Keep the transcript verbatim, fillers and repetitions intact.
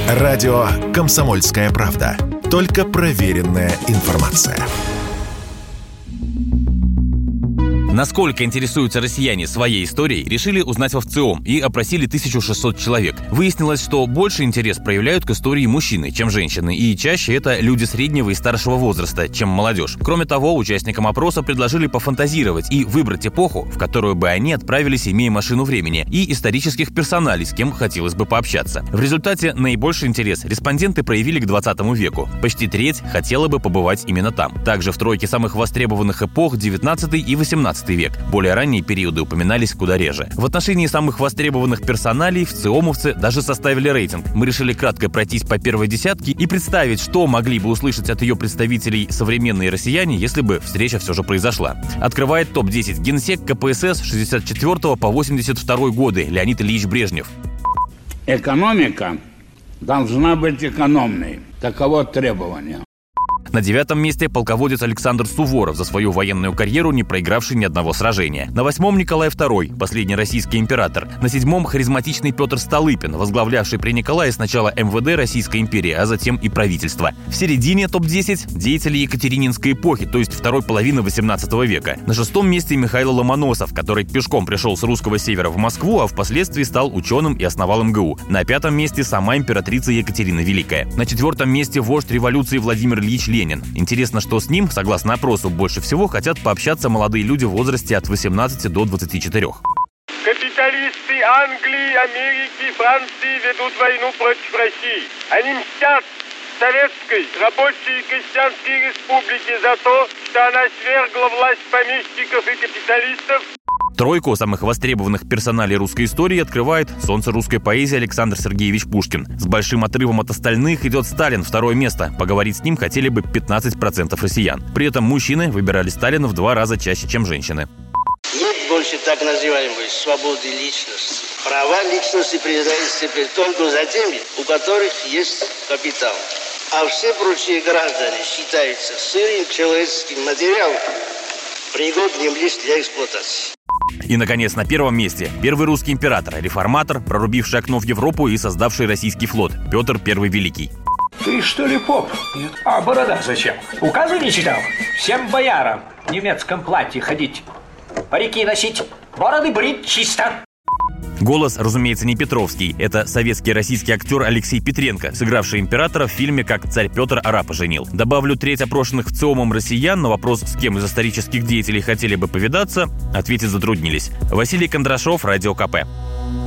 Радио «Комсомольская правда». Только проверенная информация. Насколько интересуются россияне своей историей, решили узнать во ВЦИОМ и опросили тысячу шестьсот человек. Выяснилось, что больше интерес проявляют к истории мужчины, чем женщины, и чаще это люди среднего и старшего возраста, чем молодежь. Кроме того, участникам опроса предложили пофантазировать и выбрать эпоху, в которую бы они отправились, имея машину времени, и исторических персоналей, с кем хотелось бы пообщаться. В результате наибольший интерес респонденты проявили к двадцатому веку. Почти треть хотела бы побывать именно там. Также в тройке самых востребованных эпох девятнадцатый и восемнадцатый век. Более ранние периоды упоминались куда реже. В отношении самых востребованных персоналей вциомовцы даже составили рейтинг. Мы решили кратко пройтись по первой десятке и представить, что могли бы услышать от ее представителей современные россияне, если бы встреча все же произошла. Открывает топ десять генсек ка пэ эс эс шестьдесят четвёртого по восемьдесят второй годы Леонид Ильич Брежнев. Экономика должна быть экономной. Таково требование. На девятом месте полководец Александр Суворов, за свою военную карьеру не проигравший ни одного сражения. На восьмом Николай второй, последний российский император. На седьмом харизматичный Петр Столыпин, возглавлявший при Николае сначала эм вэ дэ Российской империи, а затем и правительство. В середине топ десять деятели Екатерининской эпохи, то есть второй половины восемнадцатого века. На шестом месте Михаил Ломоносов, который пешком пришел с русского севера в Москву, а впоследствии стал ученым и основал эм гэ у. На пятом месте сама императрица Екатерина Великая. На четвертом месте вождь революции Владимир Ильич Ленин. Интересно, что с ним, согласно опросу, больше всего хотят пообщаться молодые люди в возрасте от восемнадцати до двадцати четырёх. Капиталисты Англии, Америки, Франции ведут войну против России. Они мстят Советской рабочей и крестьянской республике за то, что она свергла власть помещиков и капиталистов. Тройку самых востребованных персоналей русской истории открывает солнце русской поэзии Александр Сергеевич Пушкин. С большим отрывом от остальных идет Сталин, второе место. Поговорить с ним хотели бы пятнадцать процентов россиян. При этом мужчины выбирали Сталина в два раза чаще, чем женщины. Нет больше так называемой свободы личности. Права личности признаются теперь только за теми, у которых есть капитал. А все прочие граждане считаются сырым человеческим материалом, пригодным лишь для эксплуатации. И, наконец, на первом месте первый русский император, реформатор, прорубивший окно в Европу и создавший российский флот, Петр Первый Великий. Ты что ли поп? Нет. А борода зачем? Указы не читал? Всем боярам в немецком платье ходить, парики носить, бороды брить чисто. Голос, разумеется, не Петровский. Это советский российский актер Алексей Петренко, сыгравший императора в фильме «Как царь Петр арапа женил». Добавлю, треть опрошенных ВЦИОМом россиян на вопрос, с кем из исторических деятелей хотели бы повидаться, ответить затруднились. Василий Кондрашов, Радио ка пэ.